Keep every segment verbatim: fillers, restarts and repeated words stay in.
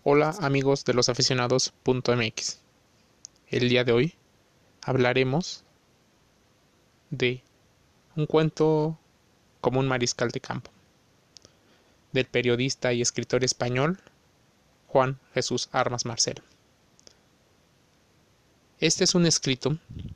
Hola amigos de los aficionados punto m x. El día de hoy hablaremos de un cuento como un mariscal de campo, del periodista y escritor español Juan Jesús Armas Marcelo. Este es un escrito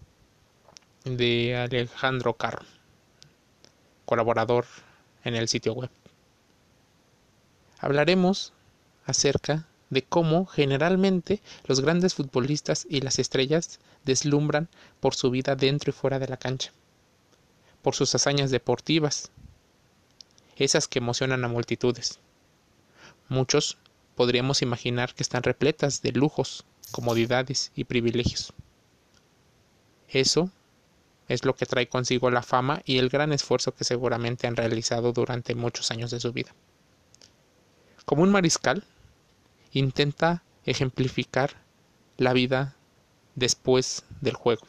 de Alejandro Carro, colaborador en el sitio web. Hablaremos acerca de cómo generalmente los grandes futbolistas y las estrellas deslumbran por su vida dentro y fuera de la cancha, por sus hazañas deportivas, esas que emocionan a multitudes. Muchos podríamos imaginar que están repletas de lujos, comodidades y privilegios. Eso es lo que trae consigo la fama y el gran esfuerzo que seguramente han realizado durante muchos años de su vida. Como un mariscal, intenta ejemplificar la vida después del juego.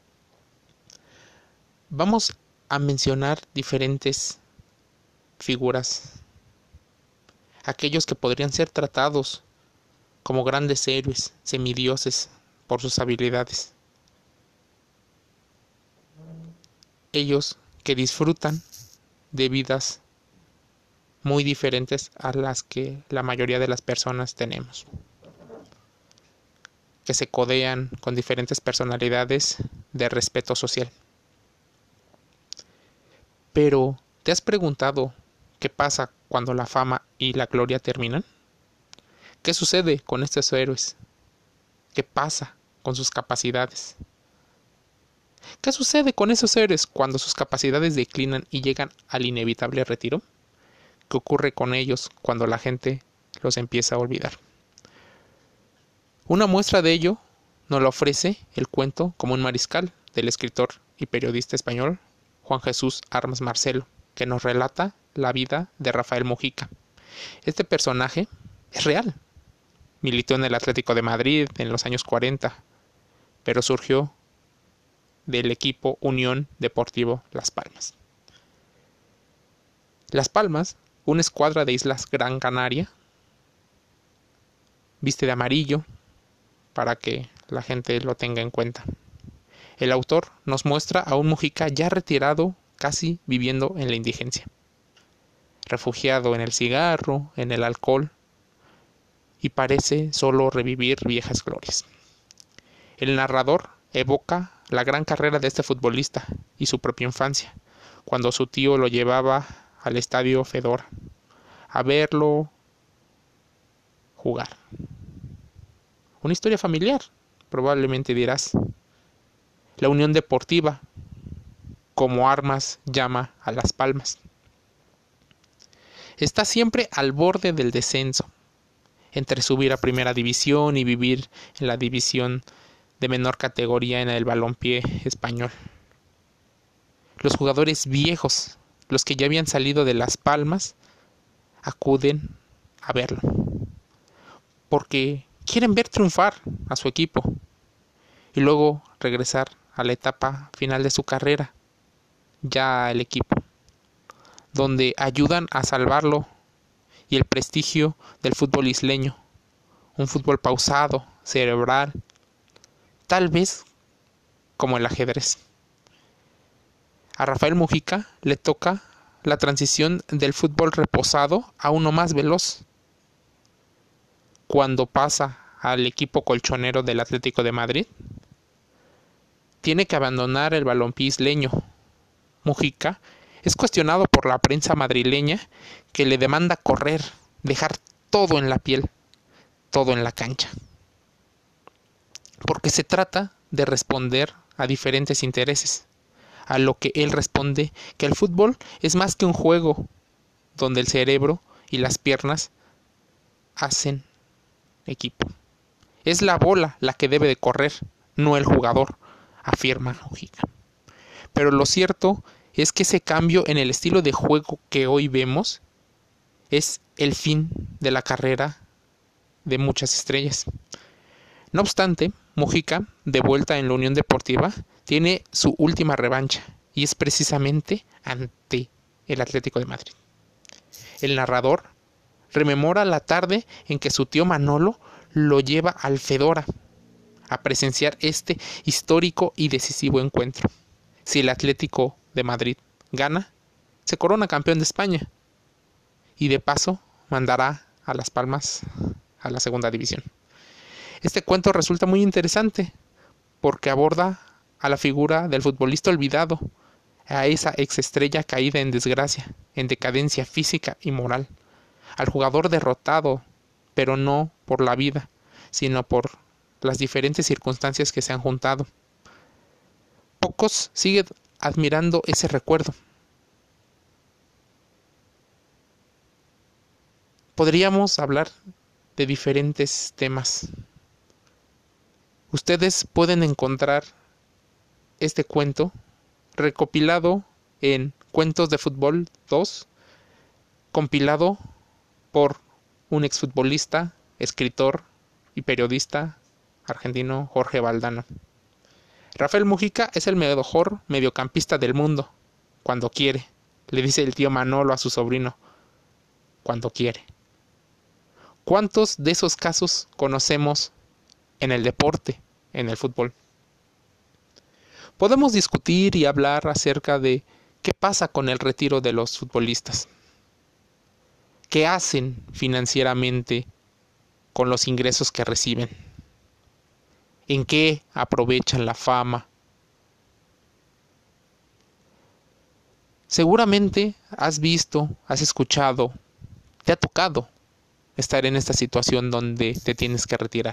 Vamos a mencionar diferentes figuras, aquellos que podrían ser tratados como grandes héroes, semidioses por sus habilidades. Ellos que disfrutan de vidas muy diferentes a las que la mayoría de las personas tenemos, que se codean con diferentes personalidades de respeto social. Pero, ¿te has preguntado qué pasa cuando la fama y la gloria terminan? ¿Qué sucede con estos héroes? ¿Qué pasa con sus capacidades? ¿Qué sucede con esos héroes cuando sus capacidades declinan y llegan al inevitable retiro? ¿Qué ocurre con ellos cuando la gente los empieza a olvidar? Una muestra de ello nos lo ofrece el cuento Como un mariscal del escritor y periodista español Juan Jesús Armas Marcelo, que nos relata la vida de Rafael Mujica. Este personaje es real. Militó en el Atlético de Madrid en los años cuarenta, pero surgió del equipo Unión Deportivo Las Palmas. Las Palmas, una escuadra de Islas Gran Canaria, viste de amarillo para que la gente lo tenga en cuenta. El autor nos muestra a un Mujica ya retirado, casi viviendo en la indigencia, refugiado en el cigarro, en el alcohol, y parece solo revivir viejas glorias. El narrador evoca la gran carrera de este futbolista y su propia infancia, cuando su tío lo llevaba al estadio Fedora a verlo jugar. Una historia familiar, probablemente dirás. La Unión Deportiva, como Armas llama a Las Palmas, está siempre al borde del descenso, entre subir a primera división y vivir en la división de menor categoría en el balompié español. Los jugadores viejos, los que ya habían salido de Las Palmas, acuden a verlo, porque quieren ver triunfar a su equipo y luego regresar a la etapa final de su carrera, ya al equipo, donde ayudan a salvarlo y el prestigio del fútbol isleño, un fútbol pausado, cerebral, tal vez como el ajedrez. A Rafael Mujica le toca la transición del fútbol reposado a uno más veloz, cuando pasa al equipo colchonero del Atlético de Madrid. Tiene que abandonar el balompié isleño. Mujica es cuestionado por la prensa madrileña, que le demanda correr, dejar todo en la piel, todo en la cancha, porque se trata de responder a diferentes intereses, a lo que él responde que el fútbol es más que un juego donde el cerebro y las piernas hacen equipo. Es la bola la que debe de correr, no el jugador, afirma Mujica. Pero lo cierto es que ese cambio en el estilo de juego que hoy vemos es el fin de la carrera de muchas estrellas. No obstante, Mujica, de vuelta en la Unión Deportiva, tiene su última revancha, y es precisamente ante el Atlético de Madrid. El narrador rememora la tarde en que su tío Manolo lo lleva al Fedora a presenciar este histórico y decisivo encuentro. Si el Atlético de Madrid gana, se corona campeón de España y de paso mandará a Las Palmas a la segunda división. Este cuento resulta muy interesante porque aborda a la figura del futbolista olvidado, a esa exestrella caída en desgracia, en decadencia física y moral, al jugador derrotado, pero no por la vida, sino por las diferentes circunstancias que se han juntado. Pocos siguen admirando ese recuerdo. Podríamos hablar de diferentes temas. Ustedes pueden encontrar este cuento recopilado en Cuentos de Fútbol dos, compilado por un exfutbolista, escritor y periodista argentino, Jorge Valdano. Rafael Mujica es el mejor mediocampista del mundo, cuando quiere, le dice el tío Manolo a su sobrino, cuando quiere. ¿Cuántos de esos casos conocemos en el deporte, en el fútbol? Podemos discutir y hablar acerca de qué pasa con el retiro de los futbolistas. ¿Qué hacen financieramente con los ingresos que reciben? ¿En qué aprovechan la fama? Seguramente has visto, has escuchado, te ha tocado estar en esta situación donde te tienes que retirar.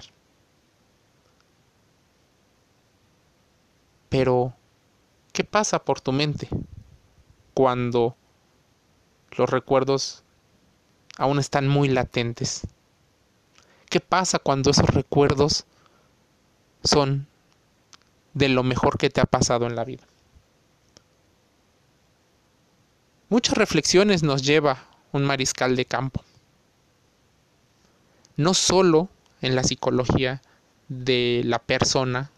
Pero, ¿qué pasa por tu mente cuando los recuerdos aún están muy latentes? ¿Qué pasa cuando esos recuerdos son de lo mejor que te ha pasado en la vida? Muchas reflexiones nos lleva un mariscal de campo. No solo en la psicología de la persona,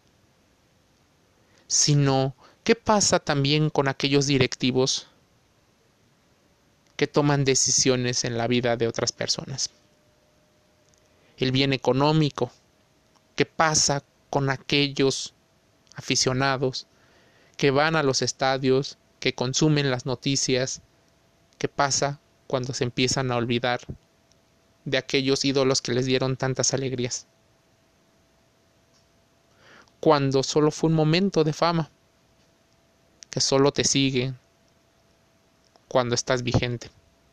sino qué pasa también con aquellos directivos que toman decisiones en la vida de otras personas. El bien económico, qué pasa con aquellos aficionados que van a los estadios, que consumen las noticias, qué pasa cuando se empiezan a olvidar de aquellos ídolos que les dieron tantas alegrías. Cuando solo fue un momento de fama, que solo te sigue cuando estás vigente.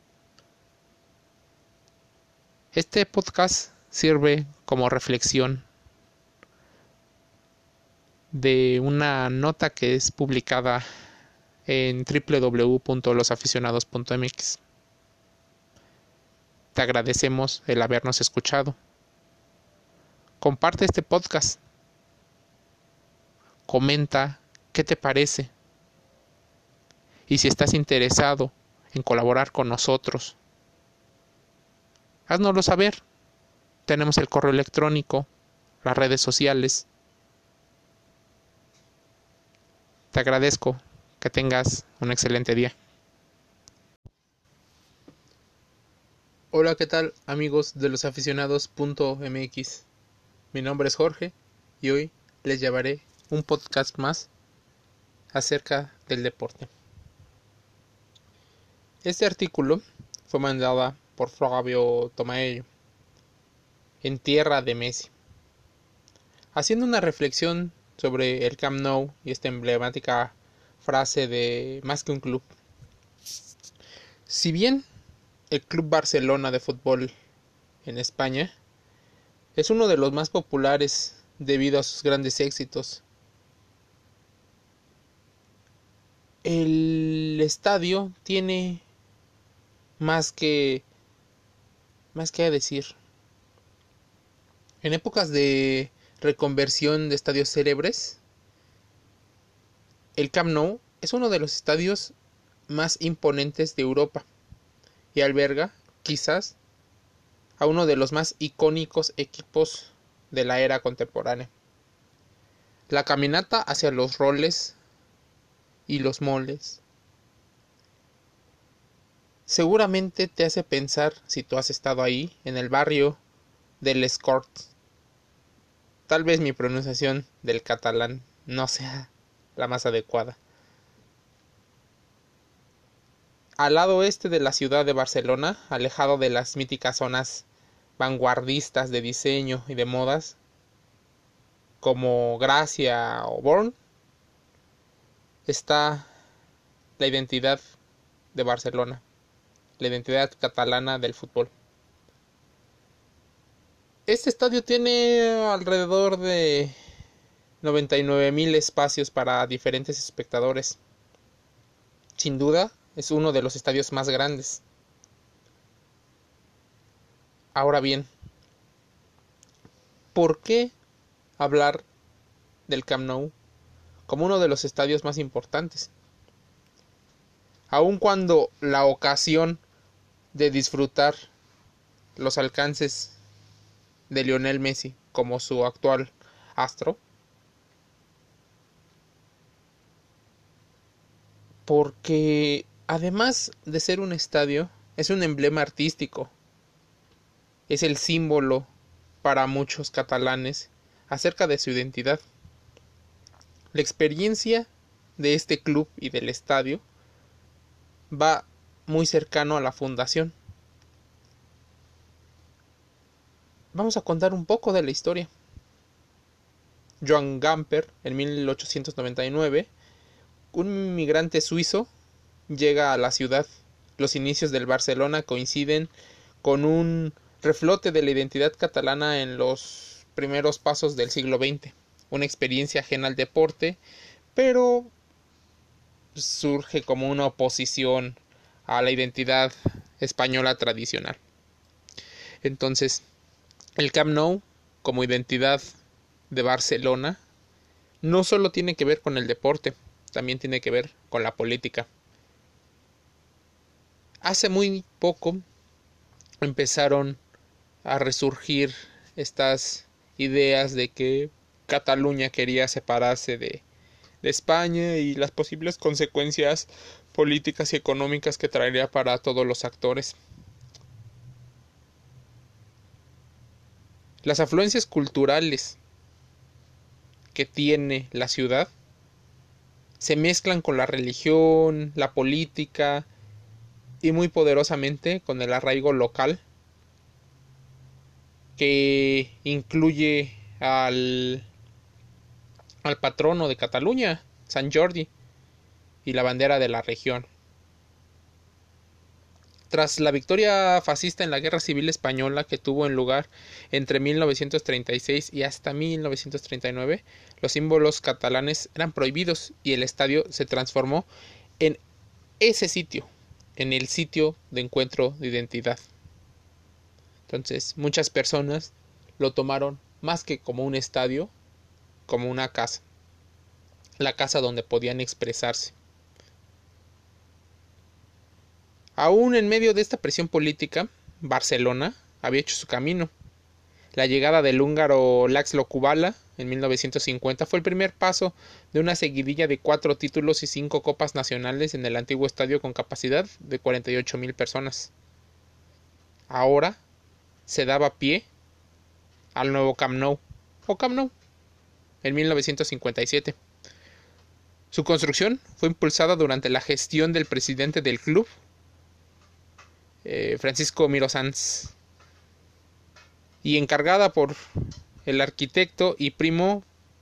Este podcast sirve como reflexión de una nota que es publicada en doble u doble u doble u punto los aficionados punto m x. Te agradecemos el habernos escuchado. Comparte este podcast. Comenta qué te parece. Y si estás interesado en colaborar con nosotros, háznoslo saber. Tenemos el correo electrónico, las redes sociales. Te agradezco. Que tengas un excelente día. Hola, ¿qué tal, amigos de los aficionados punto m x? Mi nombre es Jorge y hoy les llevaré un podcast más acerca del deporte. Este artículo fue mandado por Fabio Tomaello en tierra de Messi, haciendo una reflexión sobre el Camp Nou y esta emblemática frase de más que un club. Si bien el Club Barcelona de fútbol en España es uno de los más populares debido a sus grandes éxitos, el estadio tiene más que más que decir. En épocas de reconversión de estadios célebres, el Camp Nou es uno de los estadios más imponentes de Europa y alberga, quizás, a uno de los más icónicos equipos de la era contemporánea. La caminata hacia los roles y los moles seguramente te hace pensar, si tú has estado ahí, en el barrio de Les Corts. Tal vez mi pronunciación del catalán no sea la más adecuada. Al lado oeste de la ciudad de Barcelona, alejado de las míticas zonas vanguardistas de diseño y de modas, como Gracia o Born, está la identidad de Barcelona, la identidad catalana del fútbol. Este estadio tiene alrededor de noventa y nueve mil espacios para diferentes espectadores. Sin duda, es uno de los estadios más grandes. Ahora bien, ¿por qué hablar del Camp Nou como uno de los estadios más importantes? Aun cuando la ocasión de disfrutar los alcances de Lionel Messi como su actual astro, porque además de ser un estadio, es un emblema artístico, es el símbolo para muchos catalanes acerca de su identidad. La experiencia de este club y del estadio va muy cercano a la fundación. Vamos a contar un poco de la historia. Joan Gamper, en mil ochocientos noventa y nueve, un inmigrante suizo, llega a la ciudad. Los inicios del Barcelona coinciden con un reflote de la identidad catalana en los primeros pasos del siglo veinte. Una experiencia ajena al deporte, pero surge como una oposición a la identidad española tradicional. Entonces, el Camp Nou, como identidad de Barcelona, no solo tiene que ver con el deporte, también tiene que ver con la política. Hace muy poco empezaron a resurgir estas ideas de que Cataluña quería separarse de, de España y las posibles consecuencias políticas y económicas que traería para todos los actores. Las afluencias culturales que tiene la ciudad se mezclan con la religión, la política y muy poderosamente con el arraigo local, que incluye al, al patrono de Cataluña, San Jordi, y la bandera de la región. Tras la victoria fascista en la Guerra Civil Española que tuvo en lugar entre mil novecientos treinta y seis y hasta mil novecientos treinta y nueve, los símbolos catalanes eran prohibidos y el estadio se transformó en ese sitio, en el sitio de encuentro de identidad. Entonces, muchas personas lo tomaron más que como un estadio, como una casa, la casa donde podían expresarse. Aún en medio de esta presión política, Barcelona había hecho su camino. La llegada del húngaro László Kubala en mil novecientos cincuenta fue el primer paso de una seguidilla de cuatro títulos y cinco copas nacionales en el antiguo estadio con capacidad de cuarenta y ocho mil personas. Ahora se daba pie al nuevo Camp Nou, o Camp Nou, en mil novecientos cincuenta y siete. Su construcción fue impulsada durante la gestión del presidente del club, eh, Francisco Miró Sanz, y encargada por el arquitecto y primo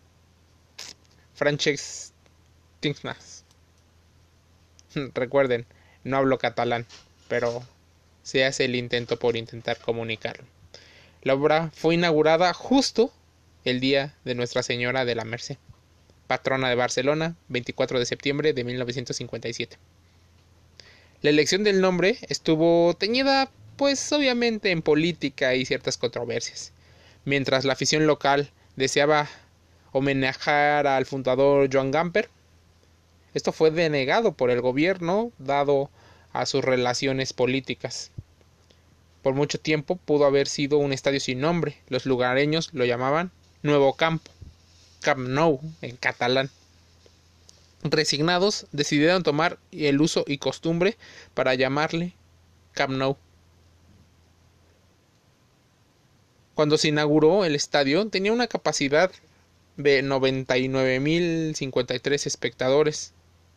Francesc Tintas. Recuerden, no hablo catalán, pero se hace el intento por intentar comunicarlo. La obra fue inaugurada justo el día de Nuestra Señora de la Merced, patrona de Barcelona, veinticuatro de septiembre de mil novecientos cincuenta y siete. La elección del nombre estuvo teñida, pues obviamente, en política y ciertas controversias. Mientras la afición local deseaba homenajear al fundador Joan Gamper, esto fue denegado por el gobierno, dado a sus relaciones políticas. Por mucho tiempo pudo haber sido un estadio sin nombre. Los lugareños lo llamaban Nuevo Campo, Camp Nou en catalán. Resignados, decidieron tomar el uso y costumbre para llamarle Camp Nou. Cuando se inauguró el estadio tenía una capacidad de noventa y nueve mil cincuenta y tres espectadores.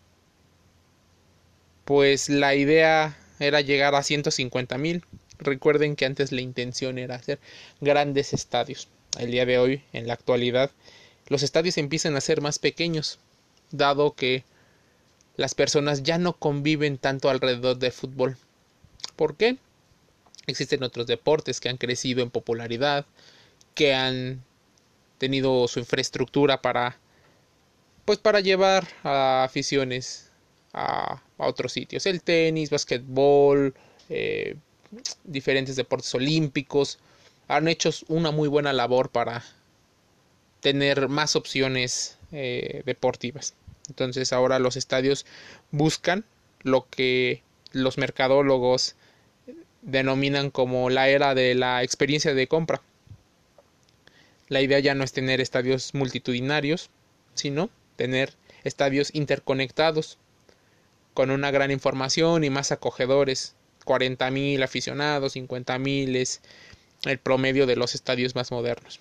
Pues la idea era llegar a ciento cincuenta mil. Recuerden que antes la intención era hacer grandes estadios. El día de hoy, en la actualidad, los estadios empiezan a ser más pequeños, dado que las personas ya no conviven tanto alrededor del fútbol. ¿Por qué? Existen otros deportes que han crecido en popularidad, que han tenido su infraestructura para, pues para llevar a aficiones a, a otros sitios. El tenis, basquetbol, eh, diferentes deportes olímpicos han hecho una muy buena labor para tener más opciones eh, deportivas. Entonces ahora los estadios buscan lo que los mercadólogos denominan como la era de la experiencia de compra. La idea ya no es tener estadios multitudinarios, sino tener estadios interconectados con una gran información y más acogedores. cuarenta mil aficionados, cincuenta mil es el promedio de los estadios más modernos.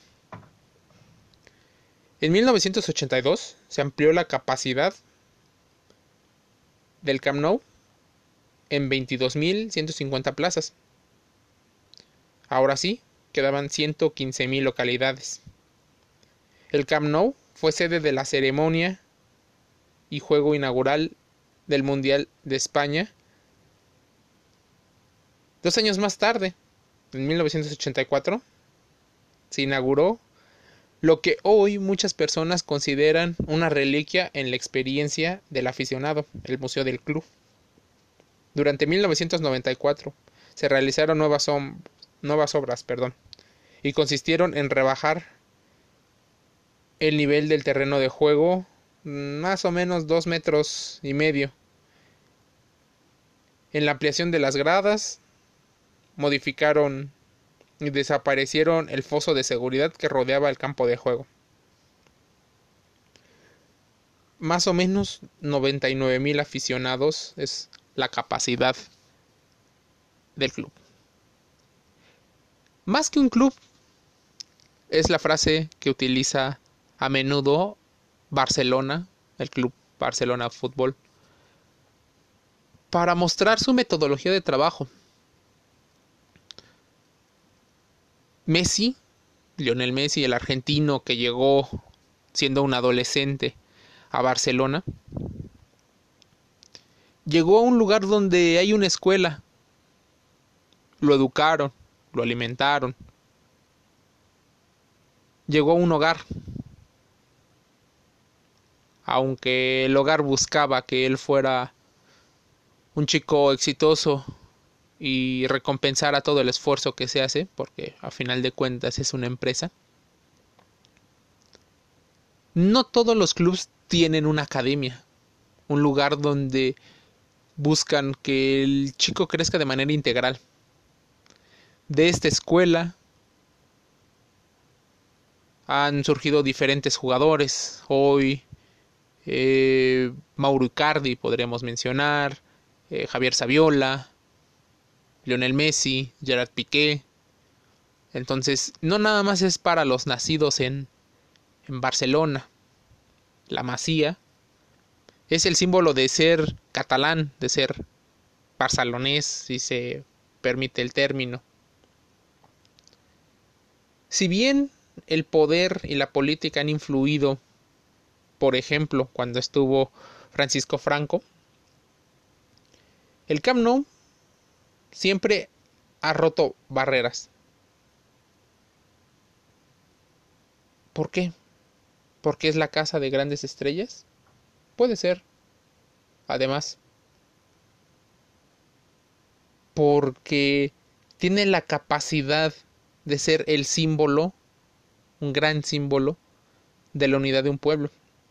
En mil novecientos ochenta y dos se amplió la capacidad del Camp Nou en veintidós mil ciento cincuenta plazas. Ahora sí, quedaban ciento quince mil localidades. El Camp Nou fue sede de la ceremonia y juego inaugural del Mundial de España. Dos años más tarde, en mil novecientos ochenta y cuatro, se inauguró lo que hoy muchas personas consideran una reliquia en la experiencia del aficionado, el Museo del Club. Durante mil novecientos noventa y cuatro se realizaron nuevas, nuevas obras, perdón, y consistieron en rebajar el nivel del terreno de juego más o menos dos metros y medio. En la ampliación de las gradas, modificaron y desaparecieron el foso de seguridad que rodeaba el campo de juego. Más o menos noventa y nueve mil aficionados es la capacidad del club. Más que un club, es la frase que utiliza a menudo Barcelona, el club Barcelona Fútbol, para mostrar su metodología de trabajo. Messi, Lionel Messi, el argentino que llegó siendo un adolescente a Barcelona, llegó a un lugar donde hay una escuela. Lo educaron, lo alimentaron. Llegó a un hogar. Aunque el hogar buscaba que él fuera un chico exitoso y recompensara todo el esfuerzo que se hace, porque a final de cuentas es una empresa. No todos los clubes tienen una academia, un lugar donde buscan que el chico crezca de manera integral. De esta escuela han surgido diferentes jugadores. Hoy eh, Mauro Icardi podríamos mencionar, eh, Javier Saviola, Lionel Messi, Gerard Piqué. Entonces, no nada más es para los nacidos en, en Barcelona. La Masía es el símbolo de ser catalán, de ser barcelonés, si se permite el término. Si bien el poder y la política han influido, por ejemplo, cuando estuvo Francisco Franco, el Camp Nou siempre ha roto barreras. ¿Por qué? ¿Porque es la casa de grandes estrellas? Puede ser. Además, porque tiene la capacidad de ser el símbolo, un gran símbolo de la unidad de un pueblo.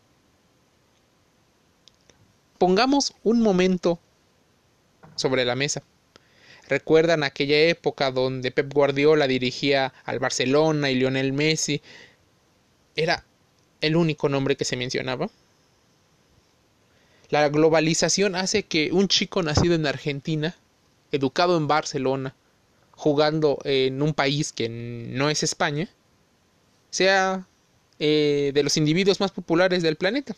Pongamos un momento sobre la mesa. ¿Recuerdan aquella época donde Pep Guardiola dirigía al Barcelona y Lionel Messi era el único nombre que se mencionaba? La globalización hace que un chico nacido en Argentina educado en Barcelona, jugando en un país que no es España, sea eh, de los individuos más populares del planeta.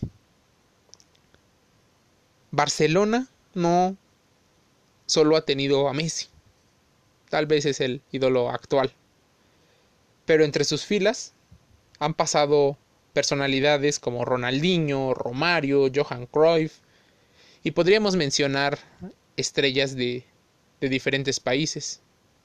Barcelona no solo ha tenido a Messi, tal vez es el ídolo actual, pero entre sus filas han pasado personalidades como Ronaldinho, Romario, Johan Cruyff, y podríamos mencionar estrellas de, de diferentes países.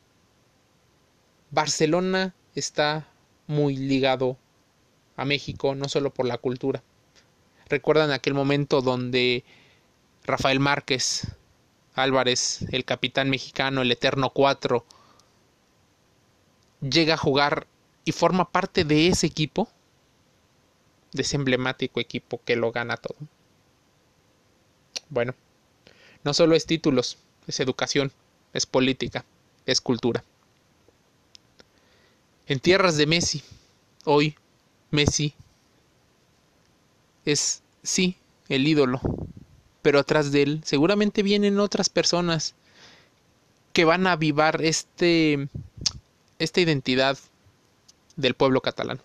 Barcelona está muy ligado a México, no solo por la cultura. ¿Recuerdan aquel momento donde Rafael Márquez Álvarez, el capitán mexicano, el Eterno cuatro, llega a jugar y forma parte de ese equipo, de ese emblemático equipo que lo gana todo? Bueno, no solo es títulos, es educación, es política, es cultura. En tierras de Messi, hoy Messi es, sí, el ídolo, pero atrás de él seguramente vienen otras personas que van a avivar este, esta identidad del pueblo catalán.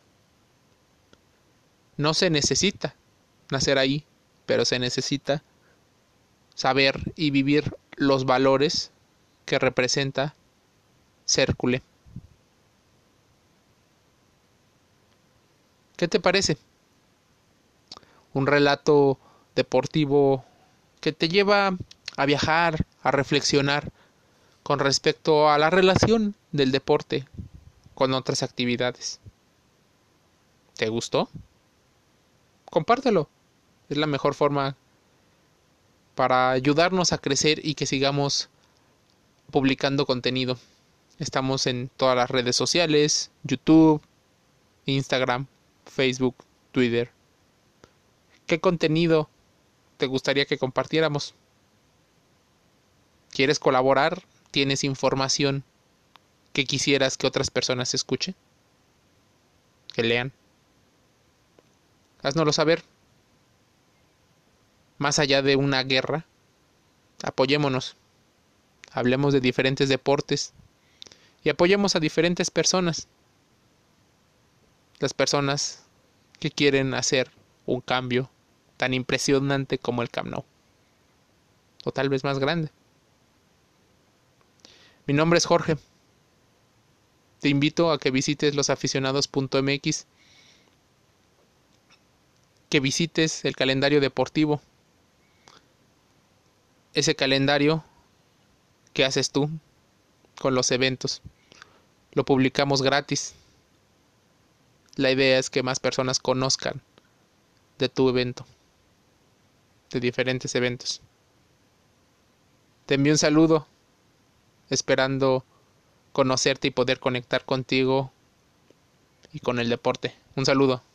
No se necesita nacer ahí, pero se necesita saber y vivir los valores que representa ser culé. ¿Qué te parece? Un relato deportivo que te lleva a viajar, a reflexionar con respecto a la relación del deporte con otras actividades. ¿Te gustó? Compártelo. Es la mejor forma para ayudarnos a crecer y que sigamos publicando contenido. Estamos en todas las redes sociales, YouTube, Instagram, Facebook, Twitter. ¿Qué contenido te gustaría que compartiéramos? ¿Quieres colaborar? ¿Tienes información que quisieras que otras personas escuchen? ¿Que lean? Háznoslo saber. Más allá de una guerra, apoyémonos. Hablemos de diferentes deportes y apoyemos a diferentes personas. Las personas que quieren hacer un cambio tan impresionante como el Camp Nou, o tal vez más grande. Mi nombre es Jorge. Te invito a que visites los aficionados punto m x, que visites el calendario deportivo, ese calendario que haces tú con los eventos. Lo publicamos gratis. La idea es que más personas conozcan de tu evento, de diferentes eventos. Te envío un saludo, esperando conocerte y poder conectar contigo y con el deporte. Un saludo.